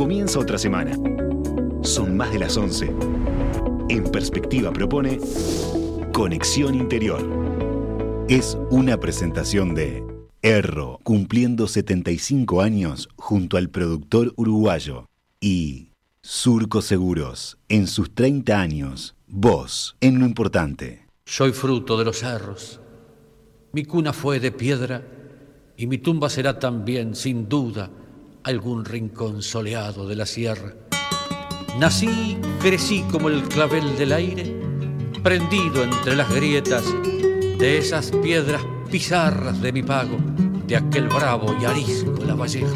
Comienza otra semana. Son más de las 11. En Perspectiva propone Conexión Interior. Es una presentación de Erro, cumpliendo 75 años junto al productor uruguayo. Y Surco Seguros, en sus 30 años, vos en lo importante. Soy fruto de los cerros. Mi cuna fue de piedra y mi tumba será también, sin duda, algún rincón soleado de la sierra. Nací, crecí como el clavel del aire, prendido entre las grietas de esas piedras pizarras de mi pago, de aquel bravo y arisco Lavalleja.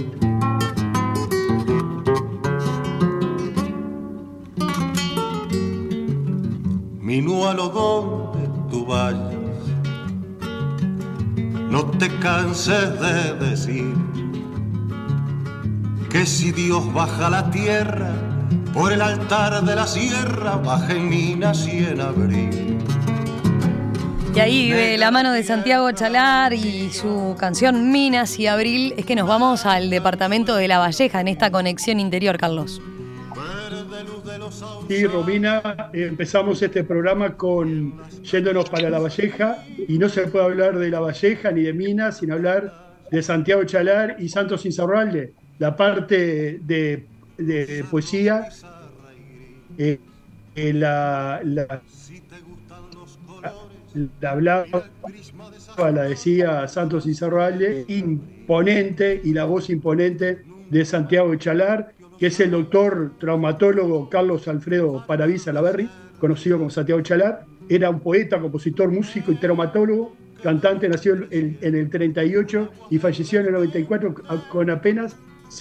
Minualo donde tú vayas, no te canses de decir que si Dios baja a la tierra, por el altar de la sierra, baja en Minas y en Abril. Y ahí, de la mano de Santiago Chalar y su canción Minas y Abril, es que nos vamos al departamento de Lavalleja en esta conexión interior, Carlos. Sí, Romina, empezamos este programa yéndonos para Lavalleja, y no se puede hablar de Lavalleja ni de Minas sin hablar de Santiago Chalar y Santos Insaurralde. La parte de poesía, la decía Santos Insaurralde, imponente, y la voz imponente de Santiago Chalar, que es el doctor traumatólogo Carlos Alfredo Paravisa Laverri, conocido como Santiago Chalar. Era un poeta, compositor, músico y traumatólogo, cantante. Nació en el 38 y falleció en el 94 con apenas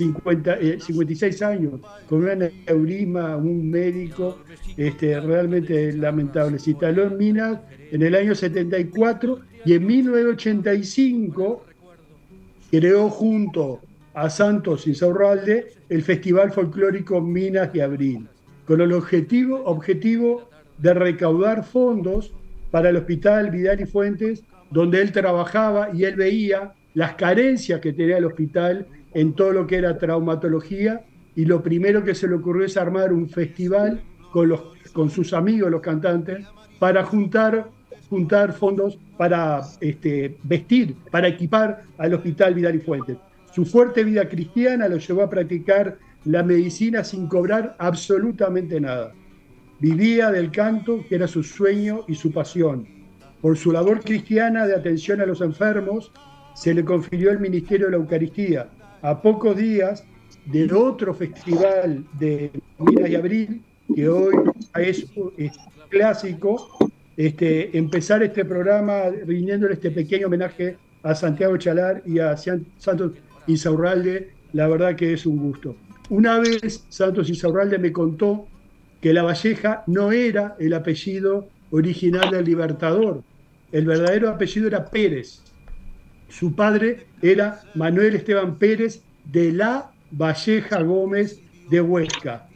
56 años, con un aneurisma, un médico realmente lamentable. Se instaló en Minas en el año 74 y en 1985 creó junto a Santos Insaurralde el Festival Folclórico Minas y Abril, con el objetivo de recaudar fondos para el Hospital Vidal y Fuentes, donde él trabajaba, y él veía las carencias que tenía el hospital en todo lo que era traumatología, y lo primero que se le ocurrió es armar un festival con sus amigos, los cantantes, para juntar fondos para vestir, para equipar al Hospital Vidal y Fuentes. Su fuerte vida cristiana lo llevó a practicar la medicina sin cobrar absolutamente nada. Vivía del canto, que era su sueño y su pasión. Por su labor cristiana de atención a los enfermos, se le confirió el Ministerio de la Eucaristía. A pocos días del otro festival de Minas y Abril, que hoy es clásico, empezar este programa rindiéndole este pequeño homenaje a Santiago Chalar y a Santos Insaurralde. La verdad que es un gusto. Una vez Santos Insaurralde me contó que Lavalleja no era el apellido original del Libertador. El verdadero apellido era Pérez. Su padre era Manuel Esteban Pérez de la Valleja Gómez de Huesca.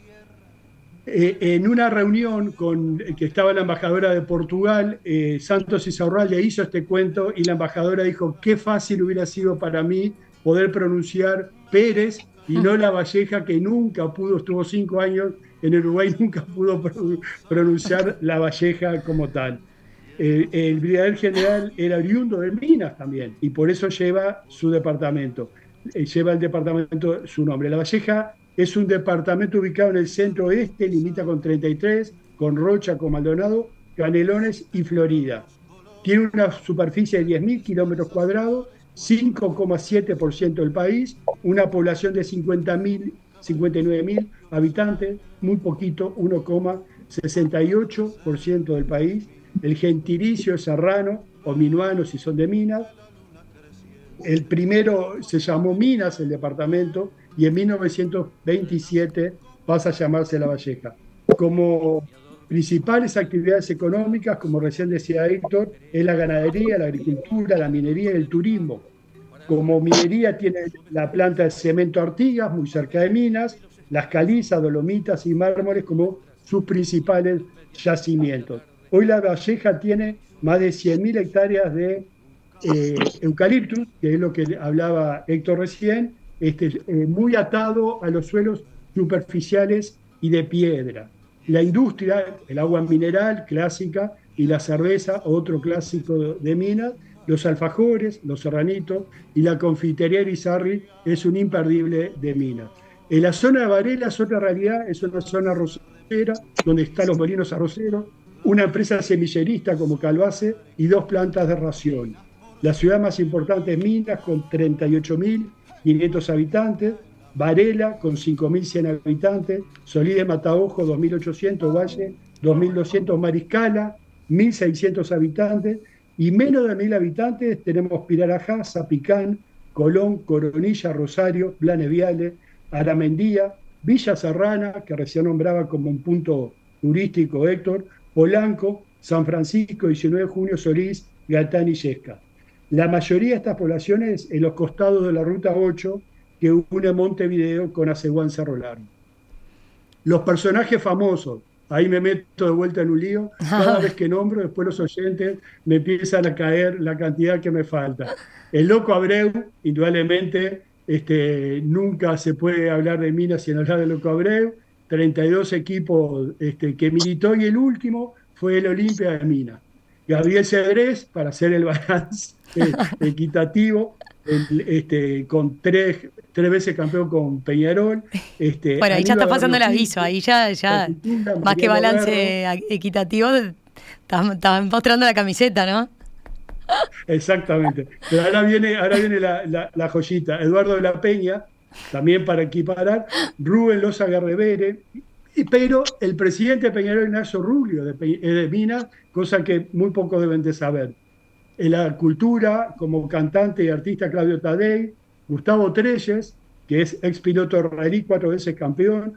En una reunión que estaba la embajadora de Portugal, Santos Insaurralde hizo este cuento y la embajadora dijo: qué fácil hubiera sido para mí poder pronunciar Pérez y no Lavalleja, que nunca pudo, estuvo 5 años en Uruguay, nunca pudo pronunciar Lavalleja como tal. El brigadier general era oriundo de Minas también, y por eso lleva su departamento, lleva el departamento su nombre. Lavalleja es un departamento ubicado en el centro oeste, limita con 33, con Rocha, con Maldonado, Canelones y Florida. Tiene una superficie de 10.000 kilómetros cuadrados, 5,7% del país, una población de 59.000 habitantes, muy poquito, 1,68% del país. El gentilicio es serrano o minuano si son de Minas. El primero se llamó Minas, el departamento, y en 1927 pasa a llamarse Lavalleja. Como principales actividades económicas, como recién decía Héctor, es la ganadería, la agricultura, la minería y el turismo. Como minería tiene la planta de cemento Artigas, muy cerca de Minas, las calizas, dolomitas y mármoles como sus principales yacimientos. Hoy Lavalleja tiene más de 100.000 hectáreas de eucaliptus, que es lo que hablaba Héctor recién, muy atado a los suelos superficiales y de piedra. La industria, el agua mineral clásica y la cerveza, otro clásico de Minas, los alfajores, los serranitos y la confitería Irizarry es un imperdible de Minas. En la zona de Varela es otra realidad, es una zona arrocera, donde están los molinos arroceros, una empresa semillerista como Calvace y 2 plantas de ración. La ciudad más importante es Minas, con 38.500 habitantes, Varela, con 5.100 habitantes, Solís de Mataojo, 2.800, Valle, 2.200, Mariscala, 1.600 habitantes, y menos de 1.000 habitantes tenemos Pirarajá, Zapicán, Colón, Coronilla, Rosario, Blanes Viale, Aramendía, Villa Serrana, que recién nombraba como un punto turístico Héctor, Polanco, San Francisco, 19 de junio, Solís, Galtán y Yesca. La mayoría de estas poblaciones en los costados de la Ruta 8, que une Montevideo con Aceguán Cerro Largo. Los personajes famosos, ahí me meto de vuelta en un lío, cada vez que nombro, después los oyentes me empiezan a caer la cantidad que me falta. El Loco Abreu, indudablemente, nunca se puede hablar de Minas sin hablar del Loco Abreu, 32 equipos que militó, y el último fue el Olimpia de Minas. Gabriel Cedrés, para hacer el balance equitativo, con tres veces campeón con Peñarol. Bueno, ahí ya está pasando el aviso, ahí ya más que balance equitativo, estás mostrando la camiseta, ¿no? Exactamente. Pero ahora viene la joyita. Eduardo de la Peña, también para equiparar, Rubén Loza Guerrevere, pero el presidente de Peñarol, Ignacio Rubio, de Minas, cosa que muy pocos deben de saber. En la cultura, como cantante y artista, Claudio Tadei, Gustavo Treyes, que es ex piloto rally, 4 veces campeón,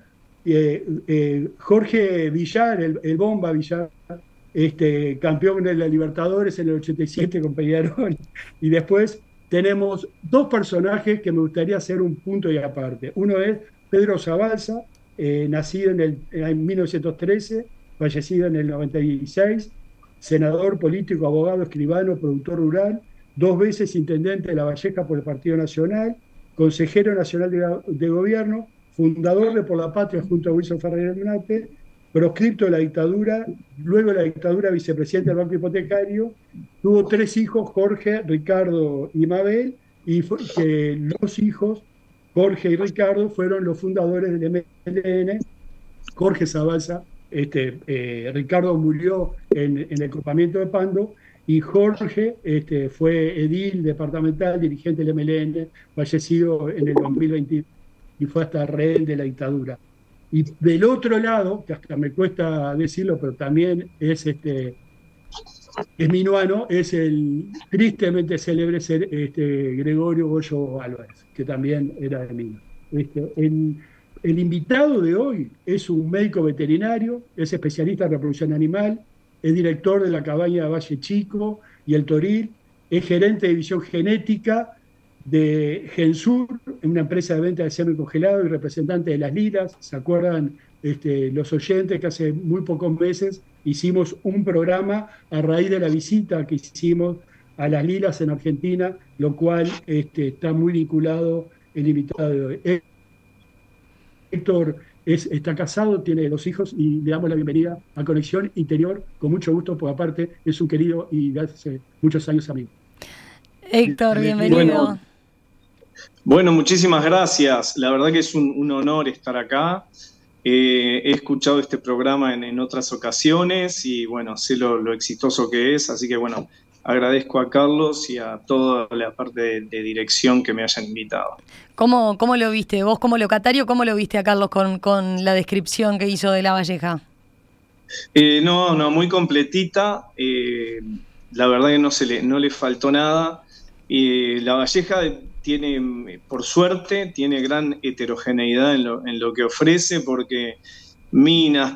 Jorge Villar, el Bomba Villar, campeón de la Libertadores en el 87 con Peñarol. Y después tenemos 2 personajes que me gustaría hacer un punto y aparte. Uno es Pedro Zabalza, nacido en 1913, fallecido en el 96, senador, político, abogado, escribano, productor rural, 2 veces intendente de La Valleja por el Partido Nacional, consejero nacional de gobierno, fundador de Por la Patria junto a Wilson Ferreira Lunate, proscripto de la dictadura, luego de la dictadura vicepresidente del Banco Hipotecario, tuvo 3 hijos, Jorge, Ricardo y Mabel, y los hijos, Jorge y Ricardo, fueron los fundadores del MLN. Jorge Zabalza, Ricardo murió en el copamiento de Pando, y Jorge fue edil departamental, dirigente del MLN, fallecido en el 2020 y fue hasta rehén de la dictadura. Y del otro lado, que hasta me cuesta decirlo, pero también es minuano, es el tristemente célebre Gregorio Goyo Álvarez, que también era de Minas. El invitado de hoy es un médico veterinario, es especialista en reproducción animal, es director de la cabaña de Valle Chico y El Toril, es gerente de división genética de Gensur, una empresa de venta de semen congelado, y representante de Las Lilas. ¿Se acuerdan los oyentes que hace muy pocos meses hicimos un programa a raíz de la visita que hicimos a Las Lilas en Argentina, lo cual está muy vinculado el invitado de hoy? Héctor está casado, tiene 2 hijos, y le damos la bienvenida a Conexión Interior con mucho gusto, porque aparte es un querido y de hace muchos años amigo. Héctor, bienvenido. Bueno, muchísimas gracias. La verdad que es un honor estar acá. He escuchado este programa en otras ocasiones y bueno, sé lo exitoso que es, así que bueno, agradezco a Carlos y a toda la parte de dirección que me hayan invitado. ¿Cómo lo viste? Vos como locatario, ¿cómo lo viste a Carlos con la descripción que hizo de La Valleja? No, muy completita. La verdad que no le faltó nada. La Valleja tiene, por suerte, tiene gran heterogeneidad en lo que ofrece, porque minas,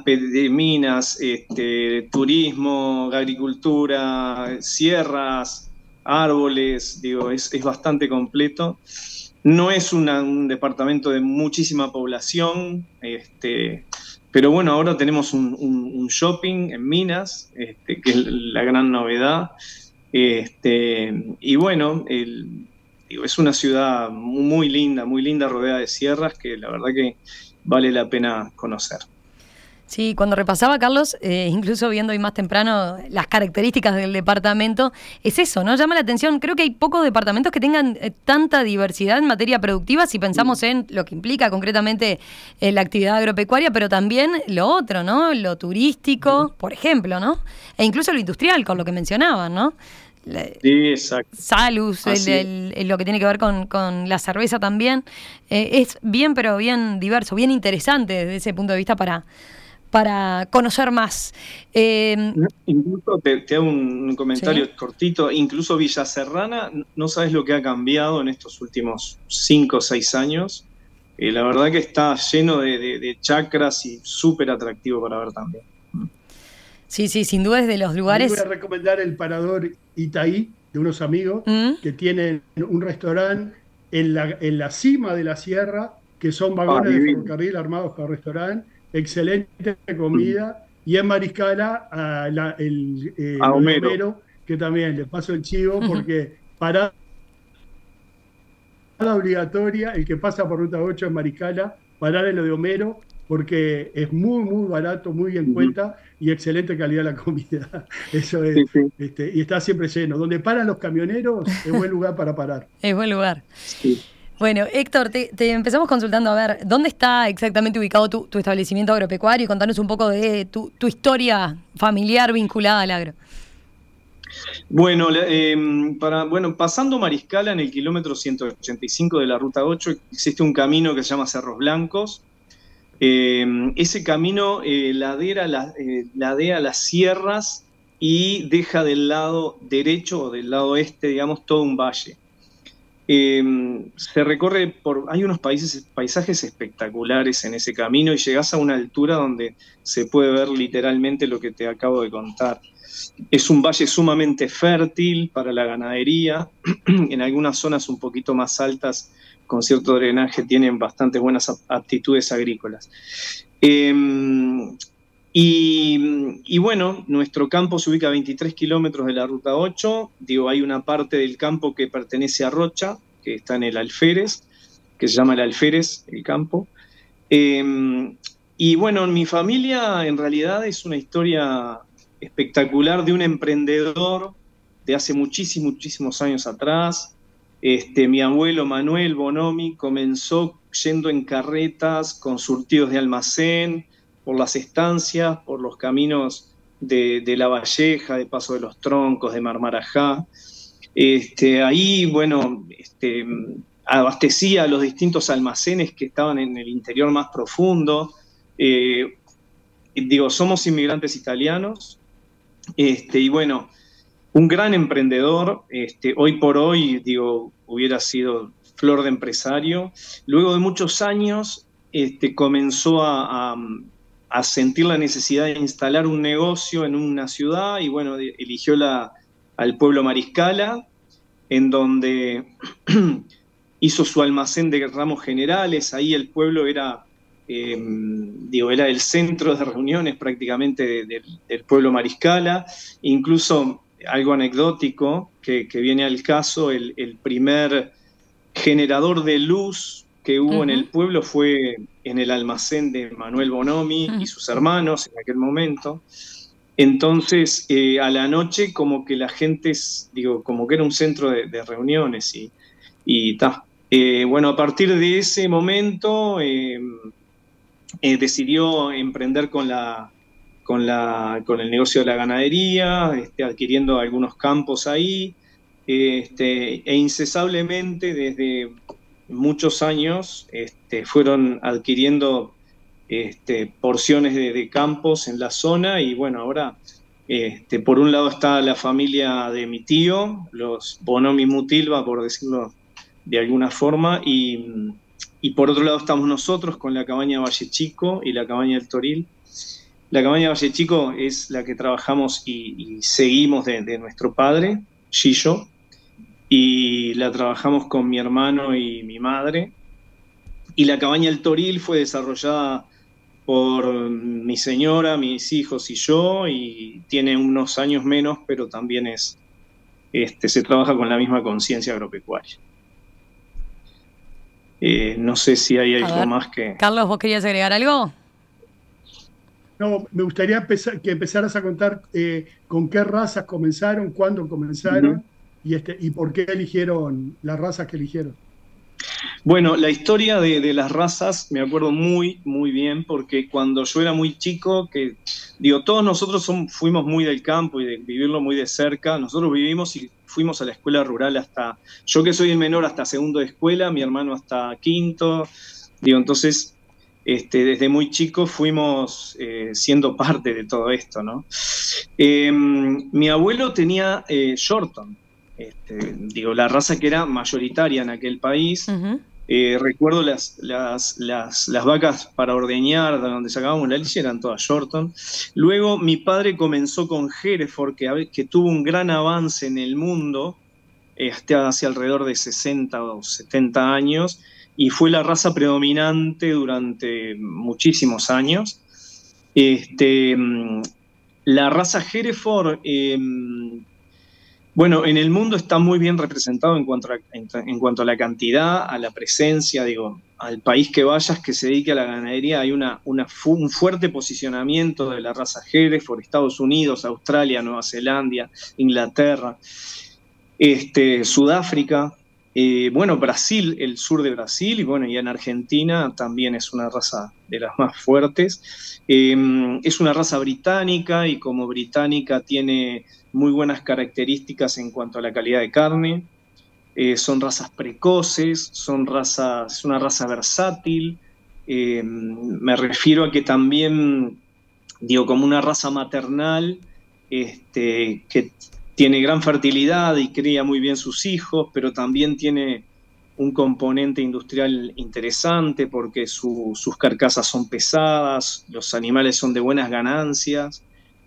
turismo, agricultura, sierras, árboles, es bastante completo. No es un departamento de muchísima población, pero bueno, ahora tenemos un shopping en Minas, que es la gran novedad. Y bueno, es una ciudad muy linda, rodeada de sierras, que la verdad que vale la pena conocer. Sí, cuando repasaba, Carlos, incluso viendo hoy más temprano las características del departamento, es eso, ¿no? Llama la atención. Creo que hay pocos departamentos que tengan tanta diversidad en materia productiva, si pensamos en lo que implica concretamente la actividad agropecuaria, pero también lo otro, ¿no? Lo turístico, por ejemplo, ¿no? E incluso lo industrial, con lo que mencionaban, ¿no? Sí, exacto. Salus, lo que tiene que ver con la cerveza también. Es bien, pero bien diverso, bien interesante desde ese punto de vista para conocer más. Incluso te hago un comentario cortito. Incluso Villa Serrana, no sabes lo que ha cambiado en estos últimos 5 o 6 años. La verdad que está lleno de chacras y súper atractivo para ver también. Sí, sin duda es de los lugares. Voy a recomendar el Parador Itaí, de unos amigos que tienen un restaurante en la cima de la sierra, que son vagones de ferrocarril armados para restaurante. Excelente comida, y en Mariscala el Homero, que también le paso el chivo, porque parada obligatoria, el que pasa por Ruta 8 en Mariscala, parar en lo de Homero, porque es muy barato, muy bien cuenta y excelente calidad la comida. Eso es, y está siempre lleno. Donde paran los camioneros es buen lugar para parar. Es buen lugar. Sí. Bueno, Héctor, te empezamos consultando, a ver, ¿dónde está exactamente ubicado tu establecimiento agropecuario? Y contanos un poco de tu historia familiar vinculada al agro. Bueno, pasando Mariscala, en el kilómetro 185 de la Ruta 8, existe un camino que se llama Cerros Blancos. Ese camino ladea las sierras y deja del lado derecho o del lado este, digamos, todo un valle. Se recorre hay unos paisajes espectaculares en ese camino y llegás a una altura donde se puede ver literalmente lo que te acabo de contar. Es un valle sumamente fértil para la ganadería. En algunas zonas un poquito más altas, con cierto drenaje, tienen bastante buenas aptitudes agrícolas. Y bueno, nuestro campo se ubica a 23 kilómetros de la Ruta 8. Hay una parte del campo que pertenece a Rocha, que está en el Alférez, que se llama el Alférez, el campo. Y bueno, en mi familia en realidad es una historia espectacular de un emprendedor de hace muchísimos años atrás. Mi abuelo Manuel Bonomi comenzó yendo en carretas con surtidos de almacén por las estancias, por los caminos de La Valleja, de Paso de los Troncos, de Marmarajá. Ahí, bueno, abastecía a los distintos almacenes que estaban en el interior más profundo. Somos inmigrantes italianos, y bueno, un gran emprendedor. Hoy por hoy, hubiera sido flor de empresario. Luego de muchos años, comenzó a sentir la necesidad de instalar un negocio en una ciudad y bueno, eligió al pueblo Mariscala, en donde hizo su almacén de ramos generales. Ahí el pueblo era el centro de reuniones prácticamente del pueblo Mariscala. Incluso algo anecdótico que viene al caso, el primer generador de luz que hubo en el pueblo fue en el almacén de Manuel Bonomi y sus hermanos en aquel momento. Entonces, a la noche como que la gente, como que era un centro de reuniones y ta. Bueno, a partir de ese momento decidió emprender con el negocio de la ganadería, adquiriendo algunos campos ahí, e incesablemente desde muchos años fueron adquiriendo porciones de campos en la zona. Y bueno, ahora por un lado está la familia de mi tío, los Bonomi Mutilva, por decirlo de alguna forma, y por otro lado estamos nosotros con la cabaña Valle Chico y la cabaña del Toril. La cabaña Valle Chico es la que trabajamos y seguimos de nuestro padre, Gillo, y la trabajamos con mi hermano y mi madre. Y la cabaña del Toril fue desarrollada por mi señora, mis hijos y yo, y tiene unos años menos, pero también se trabaja con la misma conciencia agropecuaria. No sé si hay algo más que... Carlos, ¿vos querías agregar algo? No, me gustaría que empezaras a contar con qué razas comenzaron, cuándo comenzaron y por qué eligieron las razas que eligieron. Bueno, la historia de las razas me acuerdo muy, muy bien, porque cuando yo era muy chico, todos nosotros fuimos muy del campo y de vivirlo muy de cerca. Nosotros vivimos y fuimos a la escuela rural yo que soy el menor, hasta segundo de escuela, mi hermano hasta quinto. Entonces, desde muy chico fuimos siendo parte de todo esto, ¿no? Mi abuelo tenía Shorton, la raza que era mayoritaria en aquel país. Uh-huh. Recuerdo las vacas para ordeñar, de donde sacábamos la leche, eran todas Shorton. Luego mi padre comenzó con Hereford, que tuvo un gran avance en el mundo, hace alrededor de 60 o 70 años, y fue la raza predominante durante muchísimos años. La raza Hereford... Bueno, en el mundo está muy bien representado en cuanto a la cantidad, a la presencia, al país que vayas que se dedique a la ganadería, hay un fuerte posicionamiento de la raza Hereford, Estados Unidos, Australia, Nueva Zelanda, Inglaterra, Sudáfrica, Brasil, el sur de Brasil, y en Argentina también es una raza de las más fuertes. Es una raza británica y como británica tiene muy buenas características en cuanto a la calidad de carne. Son razas precoces, es una raza versátil. Me refiero a que también, como una raza maternal, que tiene gran fertilidad y cría muy bien sus hijos, pero también tiene un componente industrial interesante porque sus carcasas son pesadas, los animales son de buenas ganancias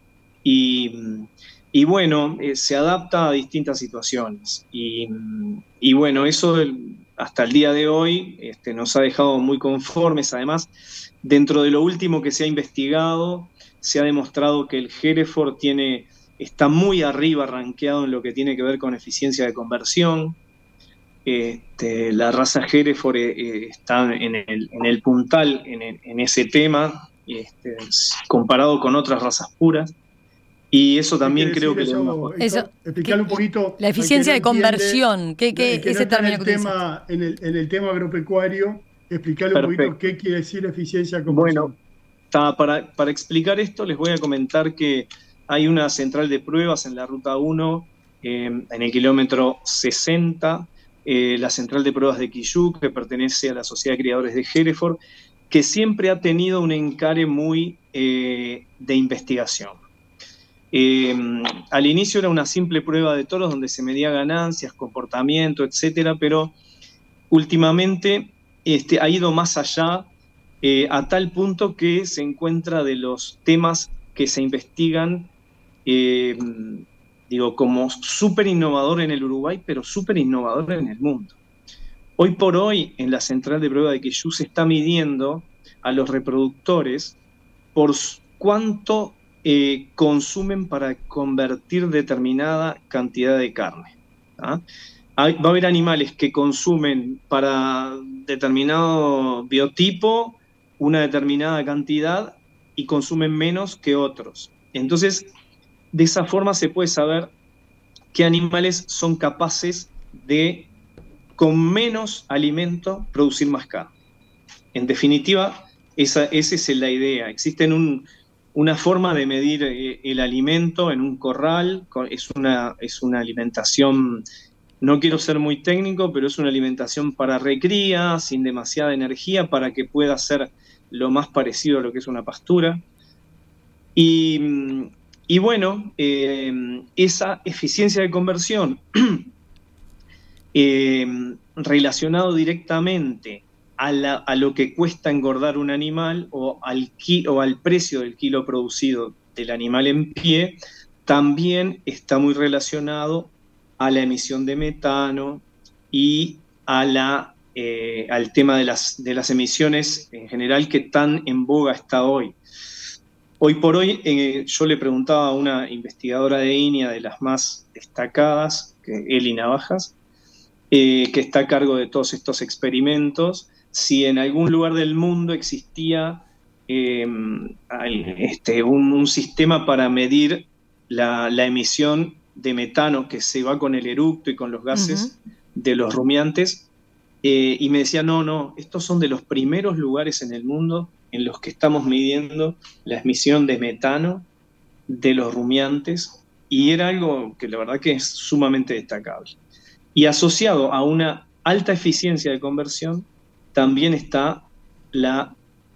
y bueno, se adapta a distintas situaciones. Y bueno, eso hasta el día de hoy nos ha dejado muy conformes. Además, dentro de lo último que se ha investigado, se ha demostrado que el Hereford está muy arriba rankeado en lo que tiene que ver con eficiencia de conversión. La raza Hereford está en el puntal en ese tema, comparado con otras razas puras. Y eso también creo que... Explicarle un poquito... La eficiencia de conversión, ¿qué ese término que utiliza? En el tema agropecuario, explicarle un poquito qué quiere decir eficiencia de conversión. Bueno, para explicar esto les voy a comentar que hay una central de pruebas en la Ruta 1, en el kilómetro 60, la central de pruebas de Quillú, que pertenece a la Sociedad de Criadores de Hereford, que siempre ha tenido un encare muy de investigación. Al inicio era una simple prueba de toros donde se medía ganancias, comportamiento, etcétera, pero últimamente ha ido más allá a tal punto que se encuentra de los temas que se investigan, como súper innovador en el Uruguay, pero súper innovador en el mundo. Hoy por hoy, en la central de prueba de Quillú se está midiendo a los reproductores por cuánto consumen para convertir determinada cantidad de carne. Va a haber animales que consumen para determinado biotipo una determinada cantidad y consumen menos que otros. Entonces, de esa forma se puede saber qué animales son capaces de, con menos alimento, producir más carne. En definitiva, esa es la idea. Existen una forma de medir el alimento en un corral, es una alimentación, no quiero ser muy técnico, pero es una alimentación para recría, sin demasiada energía, para que pueda ser lo más parecido a lo que es una pastura. Y bueno, esa eficiencia de conversión relacionado directamente a lo que cuesta engordar un animal o al precio del kilo producido del animal en pie, también está muy relacionado a la emisión de metano y al tema de las emisiones en general que tan en boga está hoy. Hoy por hoy, yo le preguntaba a una investigadora de INIA de las más destacadas, Eli Navajas, que está a cargo de todos estos experimentos. Si en algún lugar del mundo existía un sistema para medir la emisión de metano que se va con el eructo y con los gases de los rumiantes, y me decía, no, estos son de los primeros lugares en el mundo en los que estamos midiendo la emisión de metano de los rumiantes, y era algo que la verdad que es sumamente destacable. Y asociado a una alta eficiencia de conversión, también está la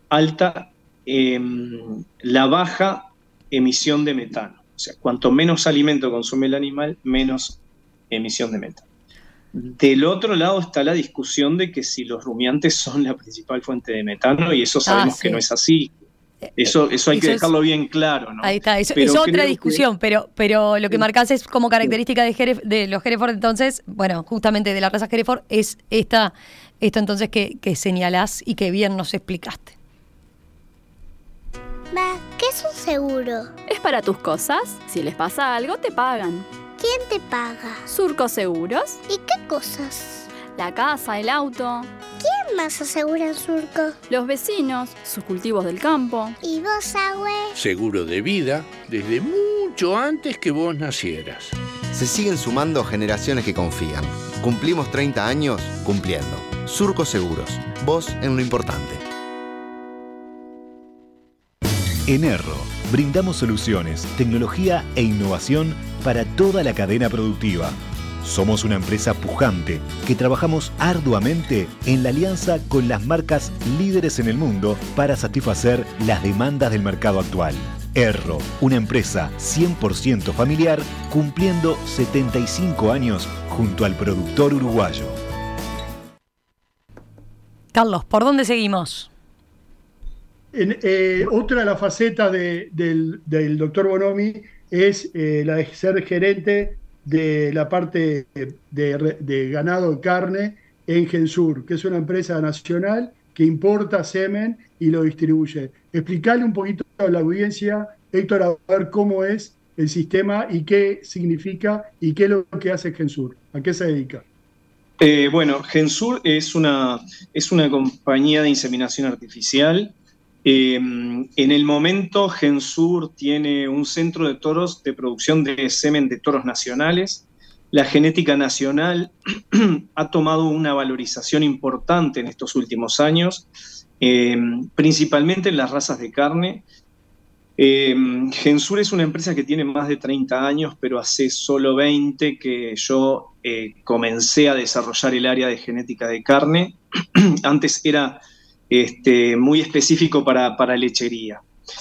baja emisión de metano. O sea, cuanto menos alimento consume el animal, menos emisión de metano. Del otro lado está la discusión de que si los rumiantes son la principal fuente de metano, y eso sabemos que no es así. Eso hay que dejarlo bien claro, ¿no? Ahí está, es otra discusión, pero lo que marcás es como característica de los Hereford, entonces, bueno, justamente de la raza Hereford, es esto entonces que señalás y que bien nos explicaste. ¿Qué es un seguro? Es para tus cosas. Si les pasa algo, te pagan. ¿Quién te paga? Surco Seguros. ¿Y qué cosas? La casa, el auto. ¿Quién más asegura en Surco? Los vecinos, sus cultivos del campo. ¿Y vos, Agüe? Seguro de vida desde mucho antes que vos nacieras. Se siguen sumando generaciones que confían. Cumplimos 30 años cumpliendo. Surco Seguros. Vos en lo importante. En Erro, brindamos soluciones, tecnología e innovación para toda la cadena productiva. Somos una empresa pujante que trabajamos arduamente en la alianza con las marcas líderes en el mundo para satisfacer las demandas del mercado actual. Erro, una empresa 100% familiar cumpliendo 75 años junto al productor uruguayo. Carlos, ¿por dónde seguimos? Otra de las facetas del doctor Bonomi es la de ser gerente de la parte de ganado y carne en Gensur, que es una empresa nacional que importa semen y lo distribuye. Explicarle un poquito a la audiencia, Héctor, a ver cómo es el sistema y qué significa y qué es lo que hace Gensur, a qué se dedica. Bueno, Gensur es una compañía de inseminación artificial. En el momento, Gensur tiene un centro de toros de producción de semen de toros nacionales. La genética nacional ha tomado una valorización importante en estos últimos años, principalmente en las razas de carne. Gensur es una empresa que tiene más de 30 años, pero hace solo 20 que yo comencé a desarrollar el área de genética de carne. Antes era muy específico para lechería.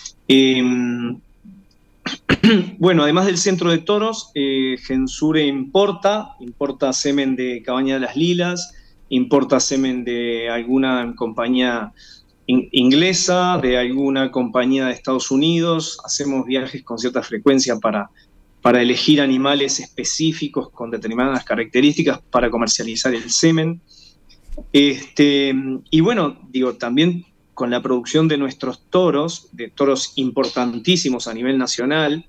Bueno, además del centro de toros, Gensur importa semen de Cabaña de las Lilas, importa semen de alguna compañía inglesa, de alguna compañía de Estados Unidos. Hacemos viajes con cierta frecuencia para elegir animales específicos con determinadas características para comercializar el semen. Y bueno, también con la producción de nuestros toros, de toros importantísimos a nivel nacional,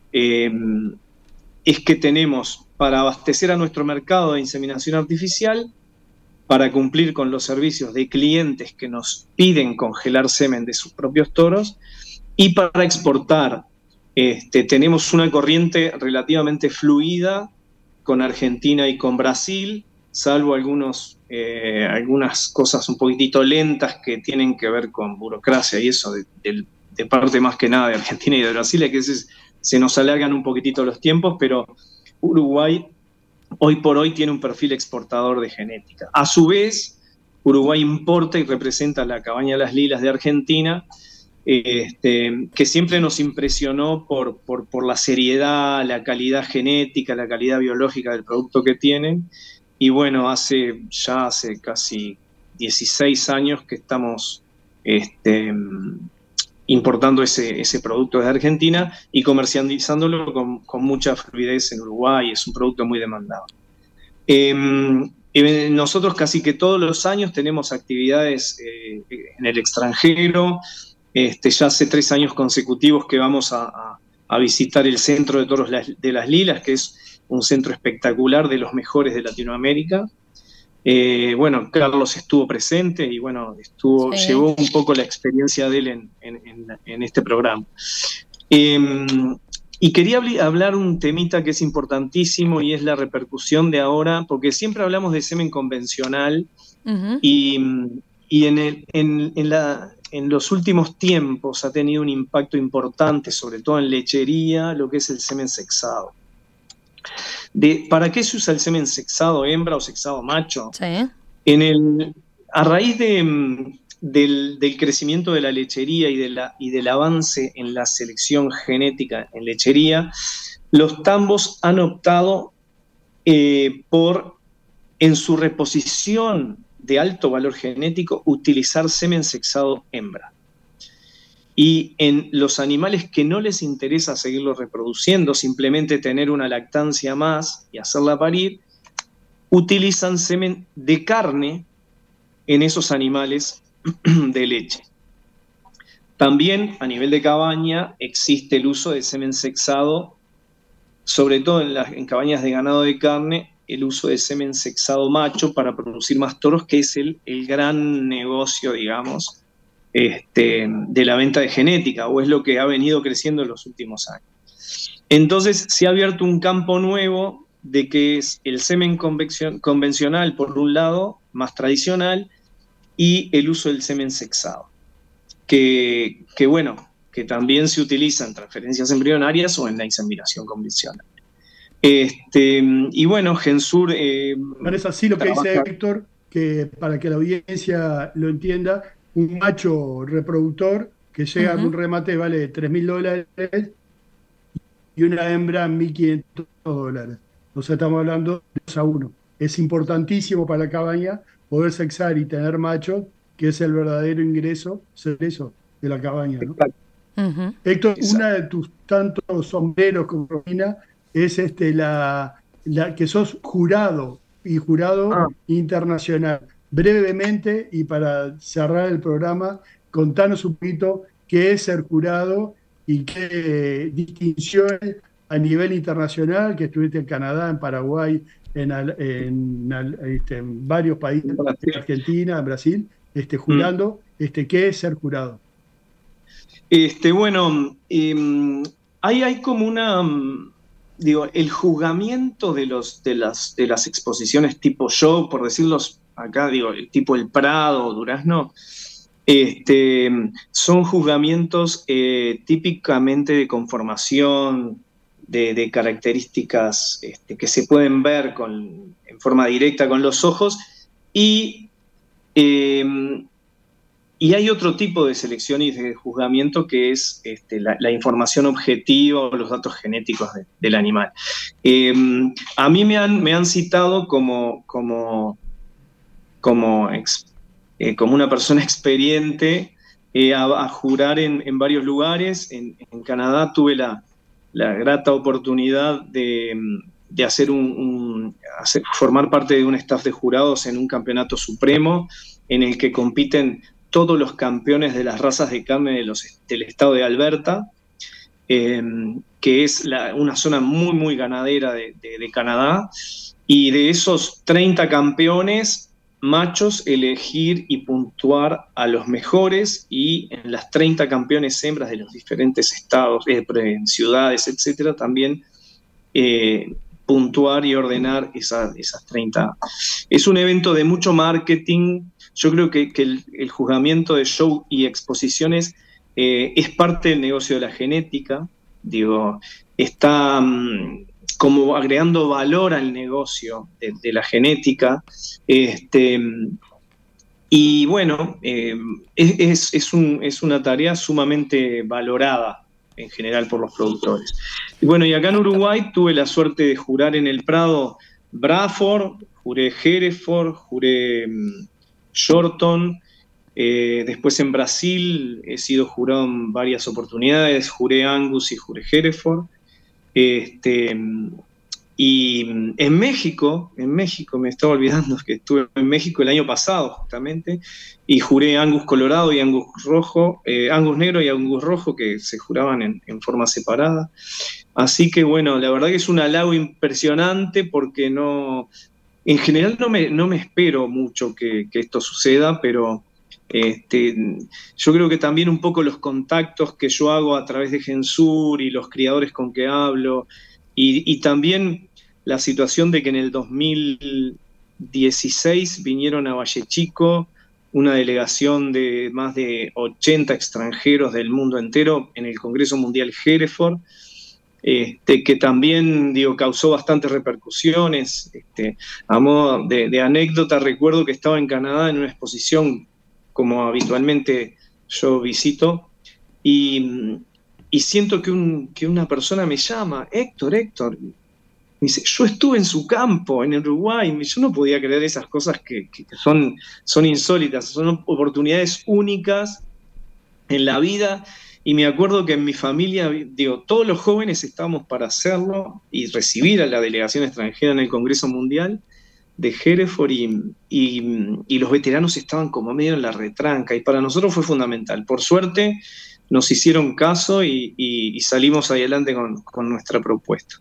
es que tenemos para abastecer a nuestro mercado de inseminación artificial, para cumplir con los servicios de clientes que nos piden congelar semen de sus propios toros, y para exportar. Tenemos una corriente relativamente fluida con Argentina y con Brasil, salvo algunas cosas un poquitito lentas que tienen que ver con burocracia y eso, de parte más que nada de Argentina y de Brasil, que se nos alargan un poquitito los tiempos, pero Uruguay hoy por hoy tiene un perfil exportador de genética. A su vez, Uruguay importa y representa la Cabaña de las Lilas de Argentina, que siempre nos impresionó por la seriedad, la calidad genética, la calidad biológica del producto que tienen. Y bueno, hace casi 16 años que estamos importando ese producto de Argentina y comercializándolo con mucha fluidez en Uruguay. Es un producto muy demandado. Nosotros casi que todos los años tenemos actividades en el extranjero. Ya hace 3 años consecutivos que vamos a visitar el Centro de Toros de las Lilas, que es un centro espectacular de los mejores de Latinoamérica. Bueno, Carlos estuvo presente y bueno, llevó un poco la experiencia de él en este programa. Y quería hablar un temita que es importantísimo y es la repercusión de ahora, porque siempre hablamos de semen convencional y en los últimos tiempos ha tenido un impacto importante, sobre todo en lechería, lo que es el semen sexado. ¿Para qué se usa el semen sexado hembra o sexado macho? Sí. A raíz del crecimiento de la lechería y del avance en la selección genética en lechería, los tambos han optado por, en su reposición de alto valor genético, utilizar semen sexado hembra. Y en los animales que no les interesa seguirlo reproduciendo, simplemente tener una lactancia más y hacerla parir, utilizan semen de carne en esos animales de leche. También a nivel de cabaña existe el uso de semen sexado, sobre todo en cabañas de ganado de carne, el uso de semen sexado macho para producir más toros, que es el gran negocio, digamos, de la venta de genética, o es lo que ha venido creciendo en los últimos años. Entonces se ha abierto un campo nuevo de que es el semen convencional, por un lado, más tradicional, y el uso del semen sexado, que también se utiliza en transferencias embrionarias o en la inseminación convencional. Y bueno, Gensur... Parece así lo que dice Héctor, que para que la audiencia lo entienda, un macho reproductor que llega a un remate vale $3.000 y una hembra $1.500. O sea, estamos hablando de 2 a 1. Es importantísimo para la cabaña poder sexar y tener machos, que es el verdadero ingreso de la cabaña, ¿no? Héctor, una de tus tantos sombreros como Romina es la que sos jurado internacional. Brevemente, y para cerrar el programa, contanos un poquito qué es ser jurado y qué distinciones a nivel internacional, que estuviste en Canadá, en Paraguay, en varios países, en Argentina, en Brasil, jurando, ¿qué es ser jurado? Hay como una... el juzgamiento de las exposiciones tipo show, por decirlos acá, tipo El Prado o Durazno, son juzgamientos típicamente de conformación, de características que se pueden ver en forma directa con los ojos, y hay otro tipo de selección y de juzgamiento que es la información objetiva o los datos genéticos del animal. A mí me han citado como una persona experiente a jurar en varios lugares. En Canadá tuve la grata oportunidad de formar parte de un staff de jurados en un campeonato supremo en el que compiten todos los campeones de las razas de carne del estado de Alberta, que es una zona muy, muy ganadera de Canadá, y de esos 30 campeones machos elegir y puntuar a los mejores, y en las 30 campeones hembras de los diferentes estados, ciudades, etcétera, también puntuar y ordenar esas 30. Es un evento de mucho marketing. Yo creo que el juzgamiento de show y exposiciones es parte del negocio de la genética. Está como agregando valor al negocio de la genética. Y bueno, es una tarea sumamente valorada en general por los productores. Y bueno, y acá en Uruguay tuve la suerte de jurar en el Prado Braford, juré Hereford, juré Shorton, después en Brasil he sido jurado en varias oportunidades, juré Angus y juré Hereford. Y en México, me estaba olvidando que estuve en México el año pasado justamente, y juré Angus colorado y Angus rojo, Angus negro y Angus rojo, que se juraban en forma separada. Así que bueno, la verdad que es un halago impresionante, porque no En general no me espero mucho que esto suceda, pero yo creo que también un poco los contactos que yo hago a través de Gensur y los criadores con que hablo, y también la situación de que en el 2016 vinieron a Valle Chico una delegación de más de 80 extranjeros del mundo entero en el Congreso Mundial Hereford, que también causó bastantes repercusiones. A modo de anécdota, recuerdo que estaba en Canadá en una exposición, como habitualmente yo visito, y siento que una persona me llama, Héctor, me dice, yo estuve en su campo, en Uruguay. Yo no podía creer esas cosas que son insólitas, son oportunidades únicas en la vida. Y me acuerdo que en mi familia, todos los jóvenes estábamos para hacerlo y recibir a la delegación extranjera en el Congreso Mundial de Hereford, y los veteranos estaban como medio en la retranca, y para nosotros fue fundamental. Por suerte nos hicieron caso y salimos adelante con nuestra propuesta.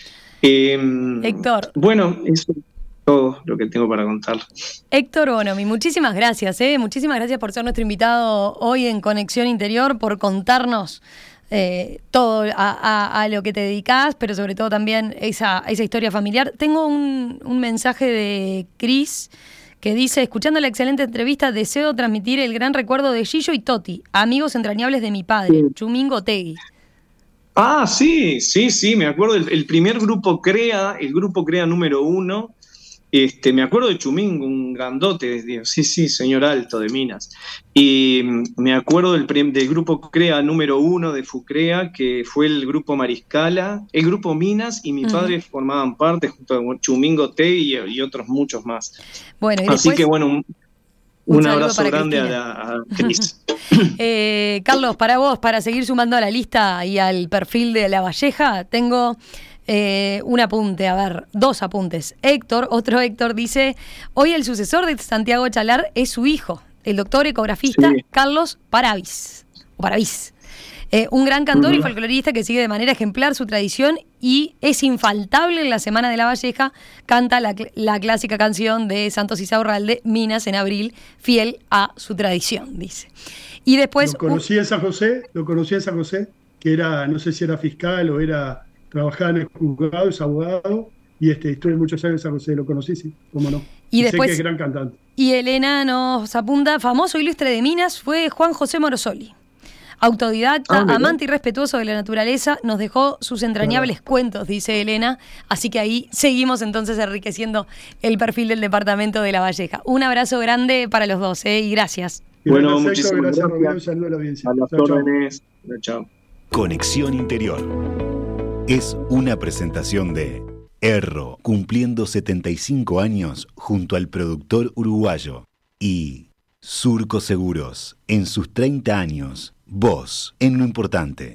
Héctor. Bueno, eso es todo lo que tengo para contar. Héctor Bonomi, muchísimas gracias. Muchísimas gracias por ser nuestro invitado hoy en Conexión Interior, por contarnos todo a lo que te dedicás, pero sobre todo también esa historia familiar. Tengo un mensaje de Cris que dice: escuchando la excelente entrevista, deseo transmitir el gran recuerdo de Gillo y Toti, amigos entrañables de mi padre, Chumingo Tegui. Ah, sí, me acuerdo. El primer grupo CREA, el grupo CREA número 1, me acuerdo de Chumingo, un grandote, sí, señor alto de Minas. Y me acuerdo del grupo CREA número 1 de FUCREA, que fue el grupo Mariscala, el grupo Minas, y mi padre formaban parte, junto con Chumingo Tegui y otros muchos más. Bueno, y así después, que bueno, un abrazo grande a Cris. Carlos, para vos, para seguir sumando a la lista y al perfil de La Valleja, tengo un apunte, dos apuntes. Otro Héctor dice: hoy el sucesor de Santiago Chalar es su hijo, el doctor ecografista Carlos Paravís. Un gran cantor y folclorista que sigue de manera ejemplar su tradición y es infaltable en la Semana de La Valleja. Canta la clásica canción de Santos Insaurralde, Minas en abril, fiel a su tradición, dice. Y después lo conocí en San José, que era, no sé si era fiscal o trabajaba en el juzgado, es abogado, y estuve muchos años en San José, lo conocí, sí, cómo no. Y después, sé que es gran cantante. Y Elena nos apunta: famoso ilustre de Minas fue Juan José Morosoli. Autodidacta, amante y respetuoso de la naturaleza, nos dejó sus entrañables cuentos, dice Elena. Así que ahí seguimos entonces enriqueciendo el perfil del departamento de La Valleja. Un abrazo grande para los dos, y gracias. Bueno, muchísimas gracias. Romero, saludo a la audiencia. A las órdenes. Chao. Conexión Interior es una presentación de Erro, cumpliendo 75 años junto al productor uruguayo, y Surco Seguros, en sus 30 años, vos en lo importante.